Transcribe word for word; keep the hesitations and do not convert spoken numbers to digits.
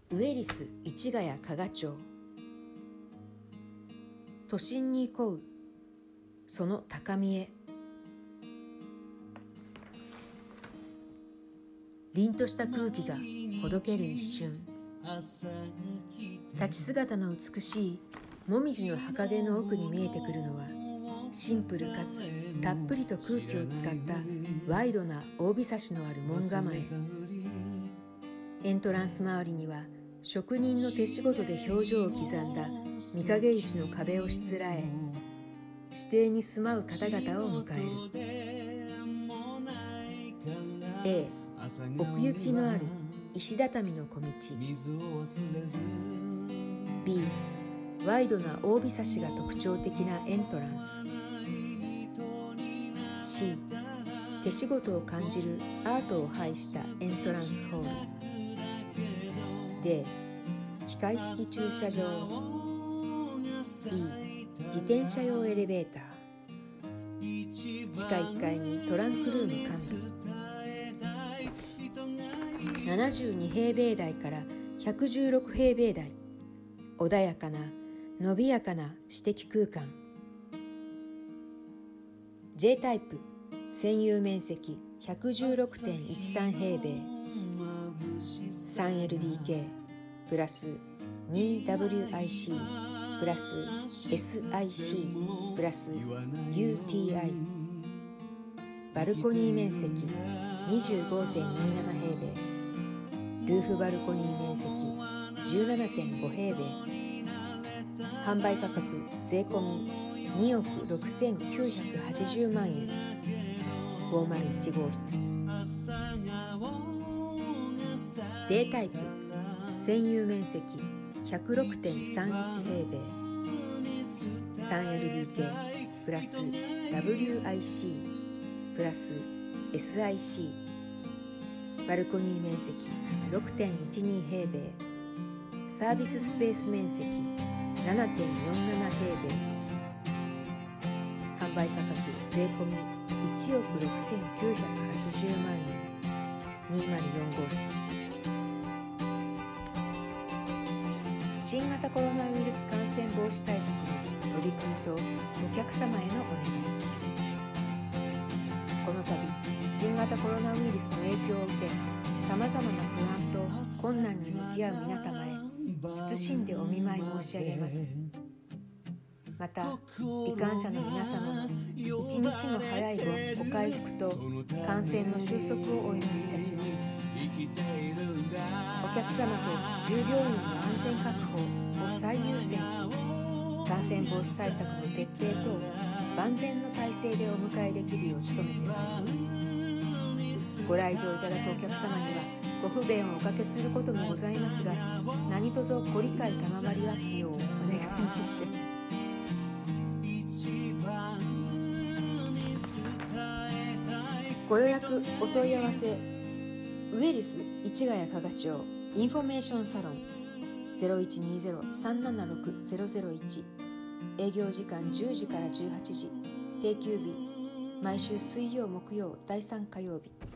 ウエリス市ヶ谷加賀町。都心に行こう、その高みへ。凛とした空気がほどける一瞬、立ち姿の美しいもみじの墓毛の奥に見えてくるのは、シンプルかつたっぷりと空気を使ったワイドな大ひさしのある門構え。エントランス周りには職人の手仕事で表情を刻んだ御影石の壁をしつらえ、指定に住まう方々を迎える。 A、 奥行きのある石畳の小道。 B、 ワイドな大ひさしが特徴的なエントランス。 C、 手仕事を感じるアートを配したエントランスホール。 D、 機械式駐車場。 E、 自転車用エレベーター。地下いっかいにトランクルーム完備。ななじゅうに平米台からひゃくじゅうろく平米台、穏やかな伸びやかな私的空間。 J タイプ、占有面積 ひゃくじゅうろくてんいちさん平米、 スリーエルディーケー プラス にダブリューアイシー プラス エスアイシー プラス ユーティーアイ。 バルコニー面積 にじゅうごてんになな平米、ルーフバルコニー面積 じゅうななてんご平米、販売価格税込みにおくろくせんきゅうひゃくはちじゅうまんえん、ごーまるいち号室。 D タイプ、占有面積 ひゃくろくてんさんいち平米、 スリーエルディーケー プラス ダブリューアイシー プラス エスアイシー。 バルコニー面積 ろくてんいちに平米、サービススペース面積 ななてんよんなな平米、販売価格税込みいちおくろくせんきゅうひゃくはちじゅうまんえん、にーまるよん号室。新型コロナウイルス感染防止対策の取り組みとお客様へのお願い。この度、新型コロナウイルスの影響を受け、さまざまな不安と困難に向き合う皆様へ謹んでお見舞い申し上げます。また、罹患者の皆様の一日も早いご回復と感染の収束をお祈りいたします。お客様と従業員の安全確保を最優先に、感染防止対策の徹底と万全の体制でお迎えできるよう努めてまいります。ご来場いただくお客様にはご不便をおかけすることもございますが、何卒ご理解賜りますようお願い申し上げます。ご予約お問い合わせ、ウエリス市ヶ谷加賀町インフォメーションサロン ゼロいちにゼロ さんななろく ゼロゼロいち、営業時間じゅうじからじゅうはちじ、定休日毎週水曜木曜第さん火曜日。